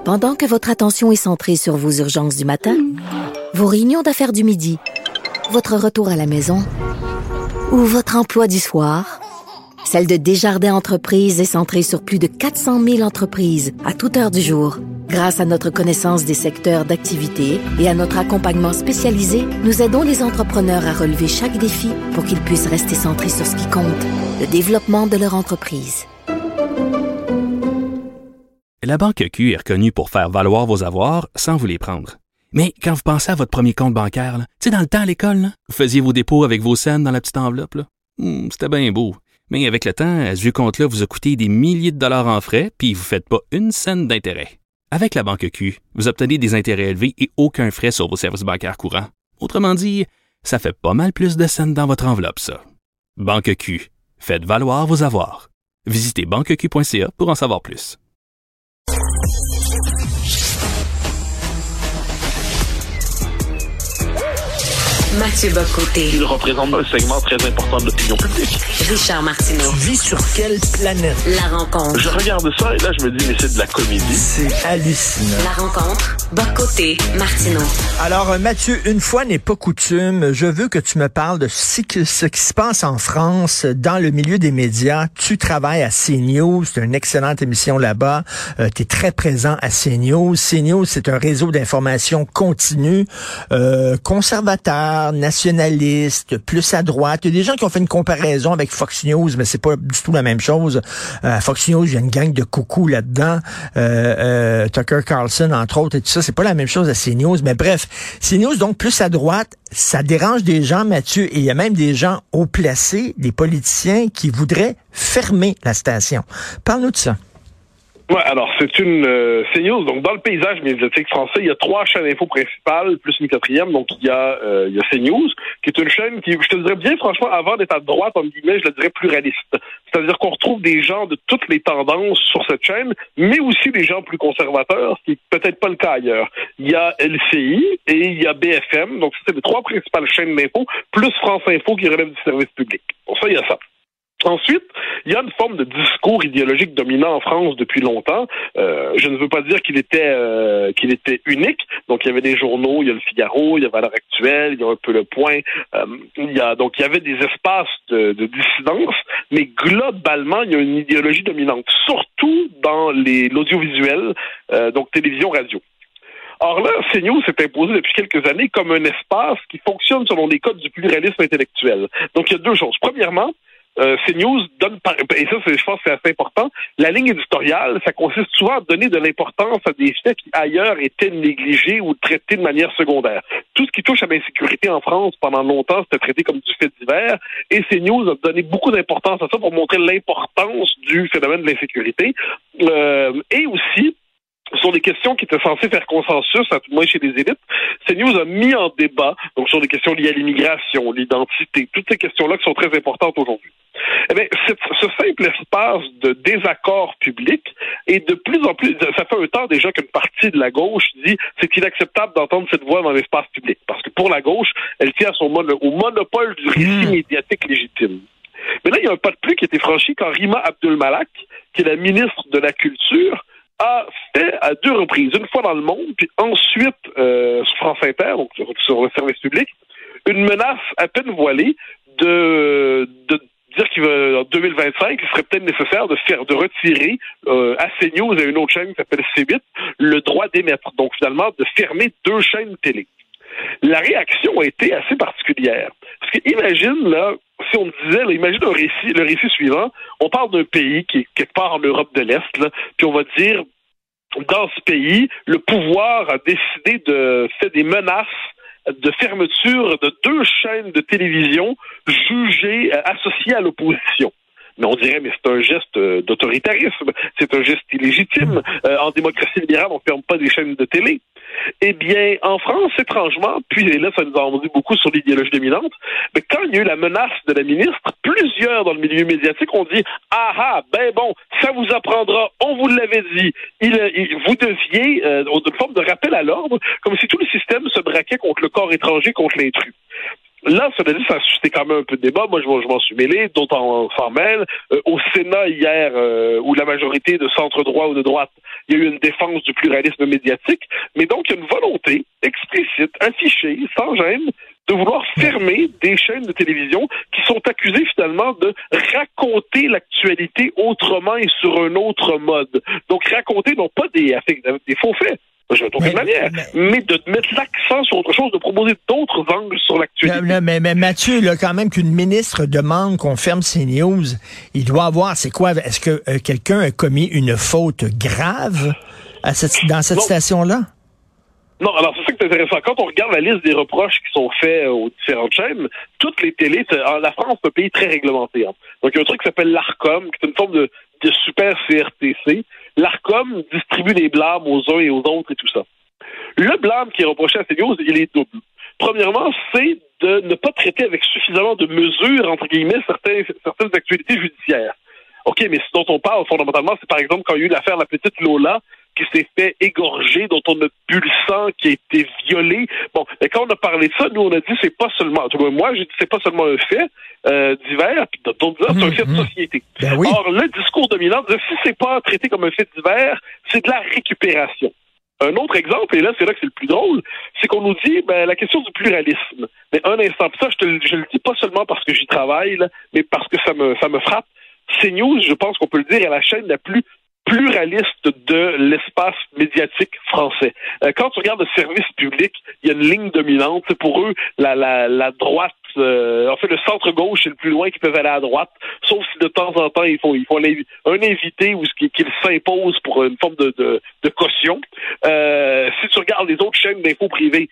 Pendant que votre attention est centrée sur vos urgences du matin, vos réunions d'affaires du midi, votre retour à la maison ou votre emploi du soir, celle de Desjardins Entreprises est centrée sur plus de 400 000 entreprises à toute heure du jour. Grâce à notre connaissance des secteurs d'activité et à notre accompagnement spécialisé, nous aidons les entrepreneurs à relever chaque défi pour qu'ils puissent rester centrés sur ce qui compte, le développement de leur entreprise. La Banque Q est reconnue pour faire valoir vos avoirs sans vous les prendre. Mais quand vous pensez à votre premier compte bancaire, tu sais, dans le temps à l'école, là, vous faisiez vos dépôts avec vos scènes dans la petite enveloppe. C'était bien beau. Mais avec le temps, ce vieux compte-là vous a coûté des milliers de dollars en frais, puis vous ne faites pas une scène d'intérêt. Avec la Banque Q, vous obtenez des intérêts élevés et aucun frais sur vos services bancaires courants. Autrement dit, ça fait pas mal plus de scènes dans votre enveloppe, ça. Banque Q. Faites valoir vos avoirs. Visitez banqueq.ca pour en savoir plus. Mathieu Bock-Côté. Il représente un segment très important de l'opinion publique. Richard Martineau. Tu vis sur quelle planète? La rencontre. Je regarde ça et là, je me dis, mais c'est de la comédie. C'est hallucinant. La rencontre. Bock-Côté, Martineau. Alors, Mathieu, une fois n'est pas coutume, je veux que tu me parles de ce qui se passe en France dans le milieu des médias. Tu travailles à CNews, c'est une excellente émission là-bas. Tu es très présent à CNews. CNews, c'est un réseau d'information continue, conservateur, nationaliste, plus à droite. Il y a des gens qui ont fait une comparaison avec Fox News, mais c'est pas du tout la même chose. À Fox News, il y a une gang de coucous là-dedans. Tucker Carlson, entre autres, et tout ça. C'est pas la même chose à CNews. Mais bref, CNews, donc, plus à droite, ça dérange des gens, Mathieu, et il y a même des gens haut placés, des politiciens qui voudraient fermer la station. Parle-nous de ça. Ouais, alors c'est une CNews. Donc dans le paysage médiatique français, il y a 3 chaînes info principales plus une 4e. Donc il y a CNews, qui est une chaîne qui, je te dirais bien franchement, avant d'être à droite, en guillemets, je le dirais pluraliste. C'est-à-dire qu'on retrouve des gens de toutes les tendances sur cette chaîne, mais aussi des gens plus conservateurs, ce qui est peut-être pas le cas ailleurs. Il y a LCI et il y a BFM. Donc c'est les 3 principales chaînes d'info, plus France Info qui relève du service public. Bon, ça, il y a ça. Ensuite, il y a une forme de discours idéologique dominant en France depuis longtemps. Je ne veux pas dire qu'il était unique. Donc, il y avait des journaux, il y a le Figaro, il y a Valeurs Actuelles, il y a un peu Le Point. Il y avait des espaces de dissidence, mais globalement, il y a une idéologie dominante, surtout dans l'audiovisuel, donc télévision, radio. Or là, CNews s'est imposé depuis quelques années comme un espace qui fonctionne selon les codes du pluralisme intellectuel. Donc, il y a 2 choses. Premièrement, CNews donne, et ça, je pense que c'est assez important, la ligne éditoriale, ça consiste souvent à donner de l'importance à des faits qui ailleurs étaient négligés ou traités de manière secondaire. Tout ce qui touche à l'insécurité en France, pendant longtemps, c'était traité comme du fait divers, et CNews a donné beaucoup d'importance à ça pour montrer l'importance du phénomène de l'insécurité, et aussi, ce sont des questions qui étaient censées faire consensus, à tout le moins chez les élites. CNews a mis en débat, donc sur des questions liées à l'immigration, l'identité, toutes ces questions-là qui sont très importantes aujourd'hui. Eh bien, ce simple espace de désaccord public, et de plus en plus, ça fait un temps déjà qu'une partie de la gauche dit c'est inacceptable d'entendre cette voix dans l'espace public. Parce que pour la gauche, elle tient au monopole du récit médiatique légitime. Mais là, il y a un pas de plus qui a été franchi quand Rima Abdul-Malak, qui est la ministre de la Culture, a fait à 2 reprises, une fois dans le Monde, puis ensuite sur France Inter, donc sur le service public, une menace à peine voilée de dire qu'en 2025, il serait peut-être nécessaire de retirer à CNews et à une autre chaîne qui s'appelle C8 le droit d'émettre. Donc finalement, de fermer 2 chaînes télé. La réaction a été assez particulière. Parce que imagine, là, si on disait, là, imagine le récit suivant, on parle d'un pays qui est quelque part en Europe de l'Est, là, puis on va dire, dans ce pays, le pouvoir a décidé de faire des menaces de fermeture de 2 chaînes de télévision jugées associées à l'opposition. Mais on dirait, mais c'est un geste d'autoritarisme, c'est un geste illégitime. En démocratie libérale, on ne ferme pas des chaînes de télé. Eh bien, en France, étrangement, puis et là, ça nous a en dit beaucoup sur l'idéologie dominante, mais quand il y a eu la menace de la ministre, plusieurs dans le milieu médiatique ont dit « Ah, ben bon, ça vous apprendra, on vous l'avait dit, vous deviez, une forme de rappel à l'ordre, comme si tout le système se braquait contre le corps étranger, contre l'intrus. » Là, cela dit, ça a suscité quand même un peu de débat. Moi, je m'en suis mêlé, d'autres s'en mêlent. Au Sénat, hier, où la majorité de centre-droit ou de droite il y a eu une défense du pluralisme médiatique, mais donc il y a une volonté explicite, affichée, sans gêne, de vouloir fermer des chaînes de télévision qui sont accusées finalement de raconter l'actualité autrement et sur un autre mode. Donc raconter non pas des faux faits, d'aucune manière, mais de mettre l'accent sur autre chose, de proposer d'autres angles sur l'actualité. Mais Mathieu, là, quand même qu'une ministre demande qu'on ferme CNews, il doit avoir, c'est quoi, est-ce que quelqu'un a commis une faute grave dans cette station-là? Non, alors c'est ça qui est intéressant. Quand on regarde la liste des reproches qui sont faits aux différentes chaînes, toutes les télés, la France est un pays très réglementé. Hein. Donc il y a un truc qui s'appelle l'ARCOM, qui est une forme de super CRTC. L'ARCOM distribue des blâmes aux uns et aux autres et tout ça. Le blâme qui est reproché à CNews, il est double. Premièrement, c'est de ne pas traiter avec suffisamment de mesures, entre guillemets, certaines actualités judiciaires. OK, mais ce dont on parle fondamentalement, c'est par exemple quand il y a eu l'affaire La Petite Lola, qui s'est fait égorger, dont on a bu le sang, qui a été violé. Bon, et quand on a parlé de ça, nous, on a dit c'est pas seulement, moi, j'ai dit c'est pas seulement un fait divers, puis d'autres disent c'est un fait de société. Ben oui. Or, le discours dominant disait si c'est pas traité comme un fait divers, c'est de la récupération. Un autre exemple, et là, c'est là que c'est le plus drôle, c'est qu'on nous dit la question du pluralisme. Mais un instant, ça, je le dis pas seulement parce que j'y travaille, là, mais parce que ça me frappe. CNews, je pense qu'on peut le dire, est la chaîne la plus pluraliste de l'espace médiatique français. Quand tu regardes le service public, il y a une ligne dominante. Pour eux, la droite, en fait, le centre-gauche, c'est le plus loin qu'ils peuvent aller à droite, sauf si de temps en temps, il faut un invité ou qu'il s'impose pour une forme de caution. Si tu regardes les autres chaînes d'infos privées,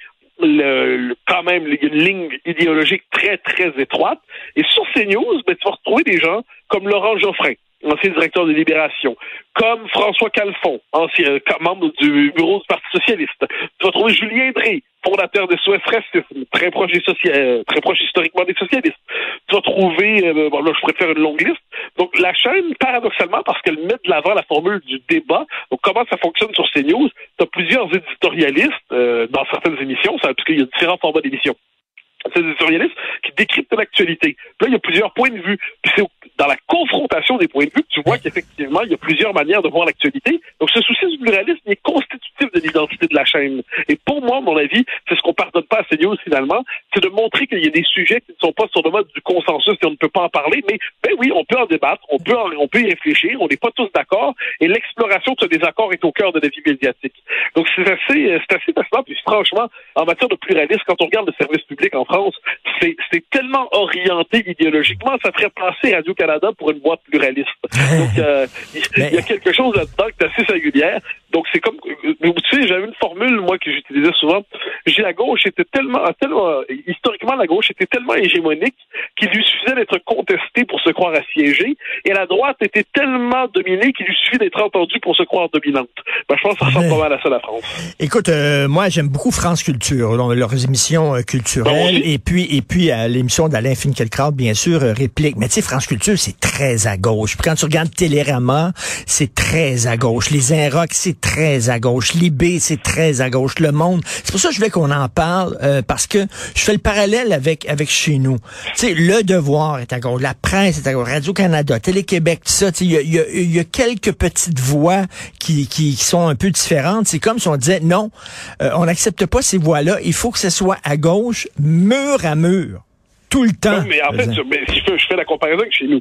quand même, il y a une ligne idéologique très, très étroite. Et sur CNews, tu vas retrouver des gens comme Laurent Geoffrin, ancien directeur de Libération, comme François Calfon, ancien membre du bureau du Parti socialiste. Tu vas trouver Julien Drey, fondateur de SOS Racisme, très proche historiquement des socialistes. Tu vas trouver, là, je pourrais te faire une longue liste. Donc, la chaîne, paradoxalement, parce qu'elle met de l'avant la formule du débat, donc comment ça fonctionne sur CNews, tu as plusieurs éditorialistes dans certaines émissions, parce qu'il y a différents formats d'émissions. C'est des éditorialistes qui décryptent l'actualité. Puis là, il y a plusieurs points de vue. Puis c'est dans la confrontation des points de vue que tu vois qu'effectivement, il y a plusieurs manières de voir l'actualité. Donc, ce souci du pluralisme est constitutif de l'identité de la chaîne. Et pour moi, à mon avis, c'est ce qu'on pardonne pas à CNews, finalement, c'est de montrer qu'il y a des sujets qui ne sont pas sur le mode du consensus et on ne peut pas en parler, mais oui, on peut en débattre, on peut y réfléchir, on n'est pas tous d'accord, et l'exploration de ce désaccord est au cœur de la vie médiatique. Donc, c'est assez fascinant. Puis franchement, en matière de pluralisme, quand on regarde le service public en France, c'est tellement orienté idéologiquement, ça ferait passer Radio-Canada pour une boîte pluraliste. Donc, il y a quelque chose là-dedans qui est assez singulière. Donc, c'est comme, tu sais, j'avais une formule, moi, que j'utilisais souvent. La gauche était historiquement, la gauche était tellement hégémonique qu'il lui suffisait d'être contestée pour se croire assiégée, et la droite était tellement dominée qu'il lui suffit d'être entendue pour se croire dominante. Je pense que ça ressemble pas mal à ça, la France. Écoute, moi, j'aime beaucoup France Culture, leurs émissions culturelles, et puis à l'émission d'Alain Finkielkraut, bien sûr, Réplique. Mais tu sais, France Culture, c'est très à gauche. Puis quand tu regardes Télérama, c'est très à gauche. Les Inrocks, c'est très à gauche. Libé, c'est très à gauche. Le Monde, c'est pour ça que je voulais qu'on en parle, parce que je fais le parallèle avec chez nous. Tu sais, Le Devoir est à gauche, la presse est à gauche, Radio-Canada, Télé-Québec, tout ça. Tu sais, il y a quelques petites voix qui sont un peu différentes. C'est comme si on disait, non, on n'accepte pas ces voix-là. Il faut que ce soit à gauche, mur à mur, tout le temps. Oui, mais en fait, je fais la comparaison avec chez nous.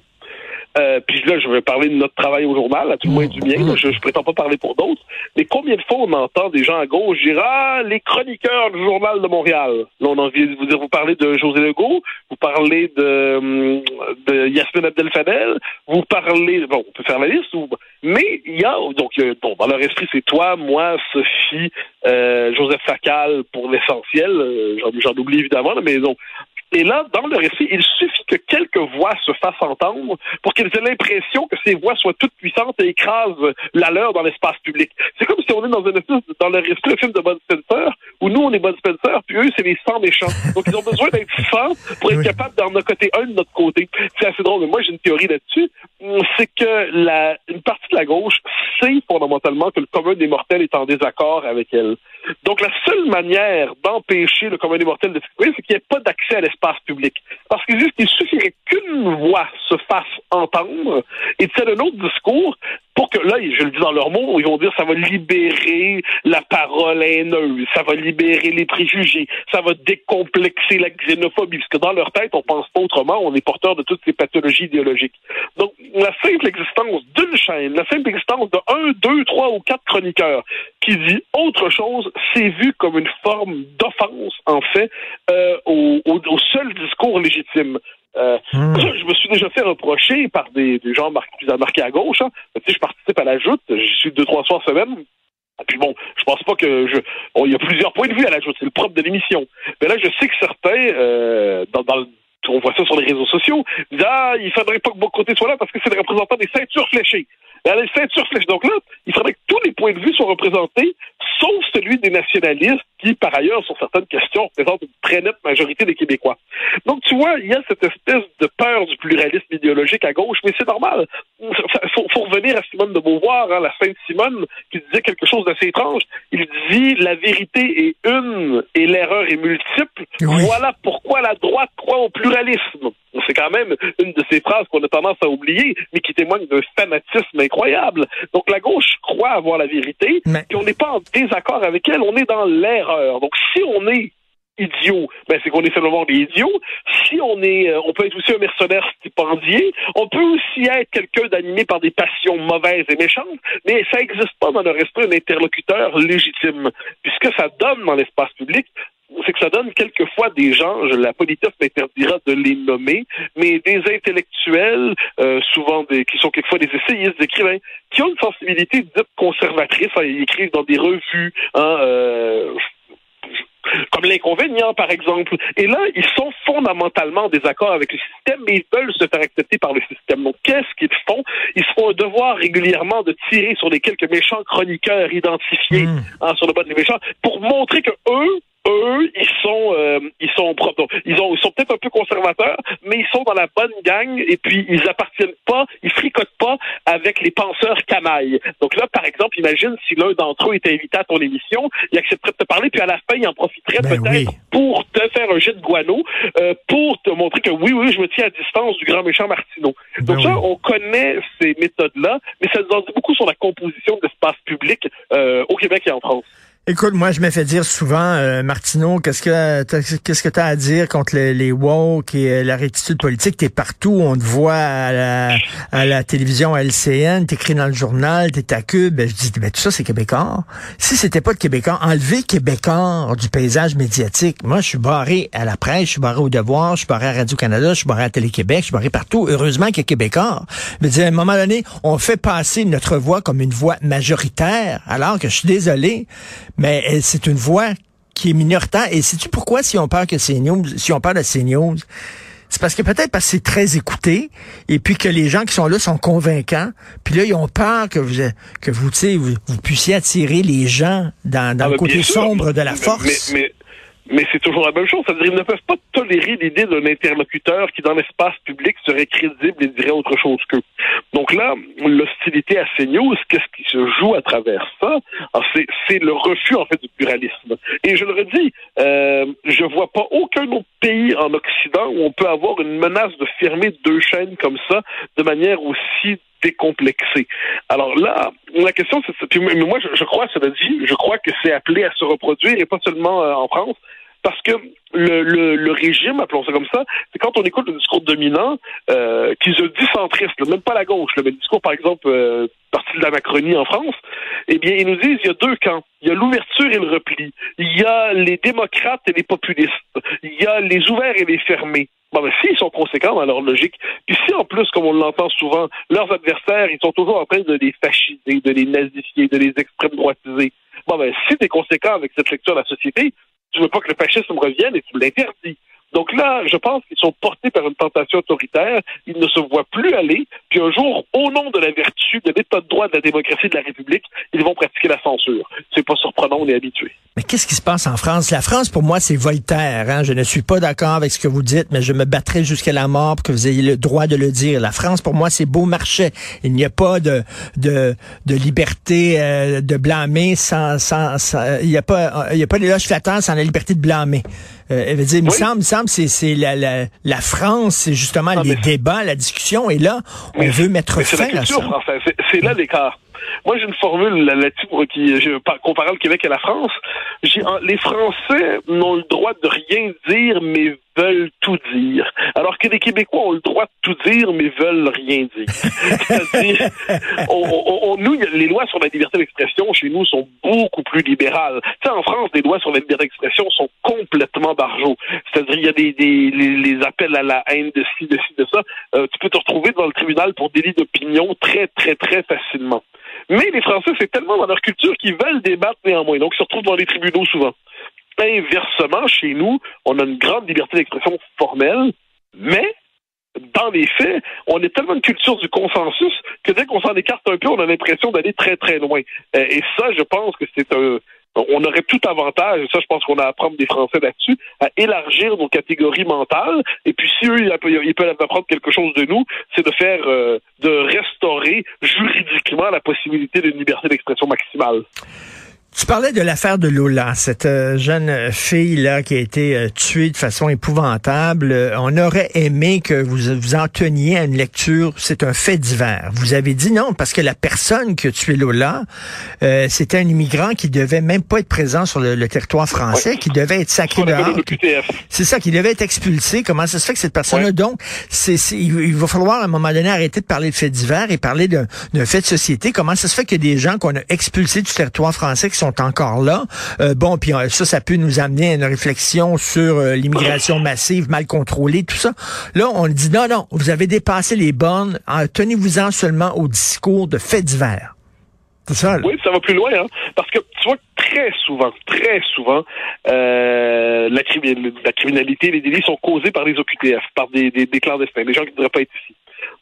Puis là, je vais parler de notre travail au journal, à tout le moins du mien. Là, je prétends pas parler pour d'autres. Mais combien de fois on entend des gens à gauche dire « Ah, les chroniqueurs du Journal de Montréal ». Là, on a envie de vous dire, vous parlez de José Legault, vous parlez de Yasmine Abdel-Fadel, vous parlez... Bon, on peut faire la liste, mais il y a... Donc, dans leur esprit, c'est toi, moi, Sophie, Joseph Facal pour l'essentiel. J'en oublie évidemment, mais donc... Et là, dans le récit, il suffit que quelques voix se fassent entendre pour qu'ils aient l'impression que ces voix soient toutes puissantes et écrasent la leur dans l'espace public. C'est comme si on est dans le récit d'un film de Bud Spencer, où nous, on est Bud Spencer, puis eux, c'est les 100 méchants. Donc, ils ont besoin d'être 100 pour être capables d'en accoter un de notre côté. C'est assez drôle, mais moi, j'ai une théorie là-dessus. C'est que une partie de la gauche sait fondamentalement que le commun des mortels est en désaccord avec elle. Donc, la seule manière d'empêcher le commun des mortels de s'exprimer, c'est qu'il n'y ait pas d'accès à l'espace public. Parce qu'ils disent qu'il suffirait qu'une voix se fasse entendre et de celle d'un autre discours, pour que, là, je le dis dans leurs mots, ils vont dire ça va libérer la parole haineuse, ça va libérer les préjugés, ça va décomplexer la xénophobie, parce que dans leur tête, on pense pas autrement, on est porteur de toutes ces pathologies idéologiques. Donc, la simple existence d'une chaîne, la simple existence de 1, 2, 3 ou 4 chroniqueurs qui dit autre chose, c'est vu comme une forme d'offense, en fait, au seul discours légitime. Je me suis déjà fait reprocher par des gens marqués à gauche. Hein. Tu sais, je participe à la Joute, j'y suis 2-3 soirs semaine. Puis bon, je pense pas que il y a plusieurs points de vue à la Joute, c'est le propre de l'émission. Mais là, je sais que certains, on voit ça sur les réseaux sociaux, disent il faudrait pas que Bocoté soit là parce que c'est le représentant des ceintures fléchées. Les ceintures fléchées. Donc là, il faudrait que tous les points de vue soient représentés, sauf celui des nationalistes qui, par ailleurs, sur certaines questions, représentent une très nette majorité des Québécois. Donc, tu vois, il y a cette espèce de peur du pluralisme idéologique à gauche, mais c'est normal. Faut revenir à Simone de Beauvoir, hein, la Sainte Simone, qui disait quelque chose d'assez étrange. Il dit « La vérité est une et l'erreur est multiple. Oui. Voilà pourquoi la droite croit au pluralisme. » C'est quand même une de ces phrases qu'on a tendance à oublier, mais qui témoigne d'un fanatisme incroyable. Donc, la gauche croit avoir la vérité, puis on n'est pas en désaccord avec elle, on est dans l'erreur. Donc, si on est idiot, c'est qu'on est simplement des idiots. Si on peut être aussi un mercenaire stipendié, on peut aussi être quelqu'un d'animé par des passions mauvaises et méchantes, mais ça n'existe pas dans leur esprit un interlocuteur légitime. Puis ce que ça donne dans l'espace public, c'est que ça donne quelquefois des gens, la politesse m'interdira de les nommer, mais des intellectuels, souvent qui sont quelquefois des essayistes, des écrivains, qui ont une sensibilité dite conservatrice, ils écrivent dans des revues, comme l'Inconvénient, par exemple. Et là, ils sont fondamentalement en désaccord avec le système, mais ils veulent se faire accepter par le système. Donc, qu'est-ce qu'ils font? Ils se font un devoir régulièrement de tirer sur les quelques méchants chroniqueurs identifiés sur le bas des méchants pour montrer que eux, ils sont propres. Donc, ils sont peut-être un peu conservateurs, mais ils sont dans la bonne gang et puis ils appartiennent pas, ils fricotent pas avec les penseurs canailles. Donc là, par exemple, imagine si l'un d'entre eux était invité à ton émission, il accepterait de te parler, puis à la fin, il en profiterait peut-être pour te faire un jet de guano, pour te montrer que oui, je me tiens à distance du grand méchant Martineau. Donc on connaît ces méthodes-là, mais ça nous en dit beaucoup sur la composition de l'espace public au Québec et en France. Écoute, moi, je me fais dire souvent, Martineau, qu'est-ce que t'as à dire contre les woke et la rectitude politique? T'es partout, on te voit à la télévision, à LCN, t'écris dans le journal, t'es à Cube. Je dis, tout ça, c'est Québécois. Si c'était pas de Québécois, enlever Québécois du paysage médiatique. Moi, je suis barré à la presse, je suis barré au Devoir, je suis barré à Radio-Canada, je suis barré à Télé-Québec, je suis barré partout. Heureusement qu'il y a Québécois. Je veux dire, à un moment donné, on fait passer notre voix comme une voix majoritaire, alors que je suis désolé, mais c'est une voix qui est minoritaire. Et sais-tu pourquoi, si on parle de CNews, c'est parce que peut-être parce que c'est très écouté, et puis que les gens qui sont là sont convaincants, puis là, ils ont peur que vous puissiez attirer les gens dans le côté sombre de la force. Mais c'est toujours la même chose. C'est-à-dire qu'ils ne peuvent pas tolérer l'idée d'un interlocuteur qui, dans l'espace public, serait crédible et dirait autre chose qu'eux. Donc là, l'hostilité à CNews, qu'est-ce qui se joue à travers ça? Alors, c'est le refus, en fait, du pluralisme. Et je le redis, je vois pas aucun autre pays en Occident où on peut avoir une menace de fermer 2 chaînes comme ça de manière aussi décomplexée. Alors là, la question, c'est... Mais moi, je crois, cela dit, je crois que c'est appelé à se reproduire, et pas seulement en France, parce que le régime, appelons ça comme ça, c'est quand on écoute le discours dominant, qui se dit centriste, même pas la gauche, mais le discours, par exemple, parti de la Macronie en France, eh bien, ils nous disent il y a 2 camps. Il y a l'ouverture et le repli. Il y a les démocrates et les populistes. Il y a les ouverts et les fermés. S'ils sont conséquents dans leur logique, puis si en plus, comme on l'entend souvent, leurs adversaires, ils sont toujours en train de les fasciser, de les nazifier, de les extrême droitiser. Si t'es conséquent avec cette lecture de la société, tu veux pas que le fascisme revienne et tu l'interdis. Donc là, je pense qu'ils sont portés par une tentation autoritaire, ils ne se voient plus aller, puis un jour, au nom de la vertu, de l'état de droit, de la démocratie, de la République, ils vont pratiquer la censure. C'est pas surprenant, on est habitué. Mais qu'est-ce qui se passe en France? La France, pour moi, c'est Voltaire. Hein? Je ne suis pas d'accord avec ce que vous dites, mais je me battrai jusqu'à la mort pour que vous ayez le droit de le dire. La France, pour moi, c'est Beaumarchais. Il n'y a pas de liberté de blâmer sans il n'y a pas d'éloge flatteur sans la liberté de blâmer. Elle veut dire, il me semble, c'est la France, c'est justement les débats, la discussion, et là, on veut mettre fin à ça. Française. C'est là l'écart. Moi, j'ai une formule là-dessus comparant le Québec à la France. Les Français n'ont le droit de rien dire, mais veulent tout dire. Alors que les Québécois ont le droit de tout dire, mais veulent rien dire. C'est-à-dire, nous, les lois sur la liberté d'expression, chez nous, sont beaucoup plus libérales. Tu sais, en France, les lois sur la liberté d'expression sont complètement barjots. C'est-à-dire, il y a les appels à la haine de ci, de ça. Tu peux te retrouver devant le tribunal pour délit d'opinion très, très, très facilement. Mais les Français, c'est tellement dans leur culture qu'ils veulent débattre néanmoins. Donc, ils se retrouvent dans les tribunaux souvent. Inversement, chez nous, on a une grande liberté d'expression formelle, mais dans les faits, on est tellement une culture du consensus que dès qu'on s'en écarte un peu, on a l'impression d'aller très, très loin. Et ça, je pense que on aurait tout avantage, et ça, je pense qu'on a à apprendre des Français là-dessus, à élargir nos catégories mentales. Et puis, si eux, ils peuvent apprendre quelque chose de nous, c'est de restaurer juridiquement la possibilité d'une liberté d'expression maximale. Tu parlais de l'affaire de Lola, cette jeune fille-là qui a été tuée de façon épouvantable. On aurait aimé que vous en teniez à une lecture. C'est un fait divers. Vous avez dit non, parce que la personne qui a tué Lola, c'était un immigrant qui devait même pas être présent sur le territoire français, qui devait être sacré dehors. C'est ça, qui devait être expulsé. Comment ça se fait que cette personne-là, donc, il va falloir à un moment donné arrêter de parler de faits divers et parler d'un fait de société. Comment ça se fait qu'il y a des gens qu'on a expulsés du territoire français qui sont encore là. Puis ça peut nous amener à une réflexion sur l'immigration massive, mal contrôlée, tout ça. Là, on dit non, vous avez dépassé les bornes. Tenez-vous-en seulement au discours de faits divers. C'est ça, là. Oui, ça va plus loin, hein. Parce que tu vois, très souvent, la criminalité, les délits sont causés par les OQTF, par des clandestins, des gens qui ne devraient pas être ici.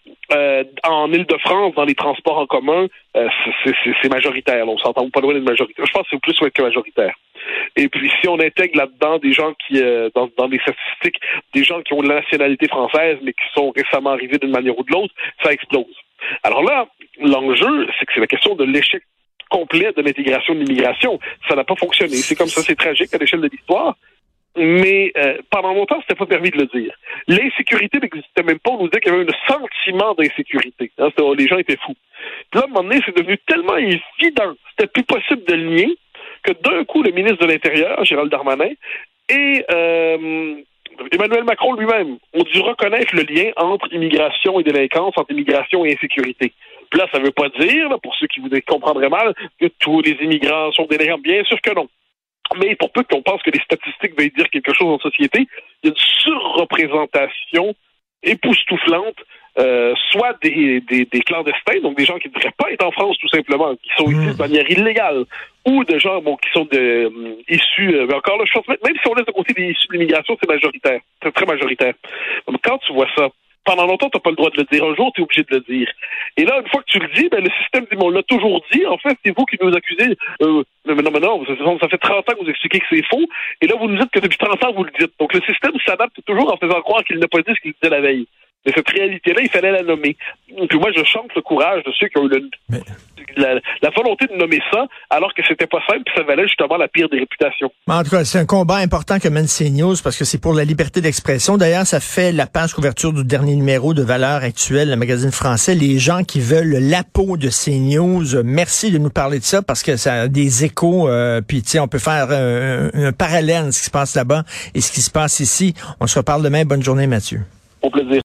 En Île-de-France, dans les transports en commun, c'est majoritaire. On s'entend pas loin d'être majoritaire. Je pense que c'est plus que majoritaire. Et puis, si on intègre là-dedans des gens qui, dans les statistiques, des gens qui ont de la nationalité française, mais qui sont récemment arrivés d'une manière ou de l'autre, ça explose. Alors là, l'enjeu, c'est que c'est la question de l'échec complet de l'intégration de l'immigration. Ça n'a pas fonctionné. C'est comme ça, c'est tragique à l'échelle de l'histoire. Mais pendant longtemps, c'était pas permis de le dire. L'insécurité n'existait même pas. On nous disait qu'il y avait un sentiment d'insécurité. Hein, les gens étaient fous. Puis là, à un moment donné, c'est devenu tellement évident, c'était plus possible de le nier, que d'un coup, le ministre de l'Intérieur, Gérald Darmanin, et Emmanuel Macron lui-même ont dû reconnaître le lien entre immigration et délinquance, entre immigration et insécurité. Puis là, ça ne veut pas dire, là, pour ceux qui vous comprendraient mal, que tous les immigrants sont délinquants. Bien sûr que non. Mais pour peu qu'on pense que les statistiques veuillent dire quelque chose en société, il y a une surreprésentation époustouflante, soit des clandestins, donc des gens qui ne devraient pas être en France tout simplement, qui sont ici de manière illégale, ou de gens qui sont issus, mais encore là, je pense, même si on laisse de côté des issus de l'immigration, c'est majoritaire, c'est très majoritaire. Donc quand tu vois ça, pendant longtemps, tu n'as pas le droit de le dire. Un jour, tu es obligé de le dire. Et là, une fois que tu le dis, le système dit, on l'a toujours dit. En fait, c'est vous qui nous accusez. Mais non, ça fait 30 ans que vous expliquez que c'est faux. Et là, vous nous dites que depuis 30 ans, vous le dites. Donc, le système s'adapte toujours en faisant croire qu'il n'a pas dit ce qu'il disait la veille. Mais cette réalité-là, il fallait la nommer. Puis moi, je chante le courage de ceux qui ont eu la volonté de nommer ça, alors que c'était pas simple, puis ça valait justement la pire des réputations. En tout cas, c'est un combat important que mène CNews, parce que c'est pour la liberté d'expression. D'ailleurs, ça fait la page couverture du dernier numéro de Valeurs Actuelles, le magazine français. Les gens qui veulent la peau de CNews, merci de nous parler de ça, parce que ça a des échos, puis tu sais, on peut faire un parallèle de ce qui se passe là-bas et ce qui se passe ici. On se reparle demain. Bonne journée, Mathieu. Au plaisir.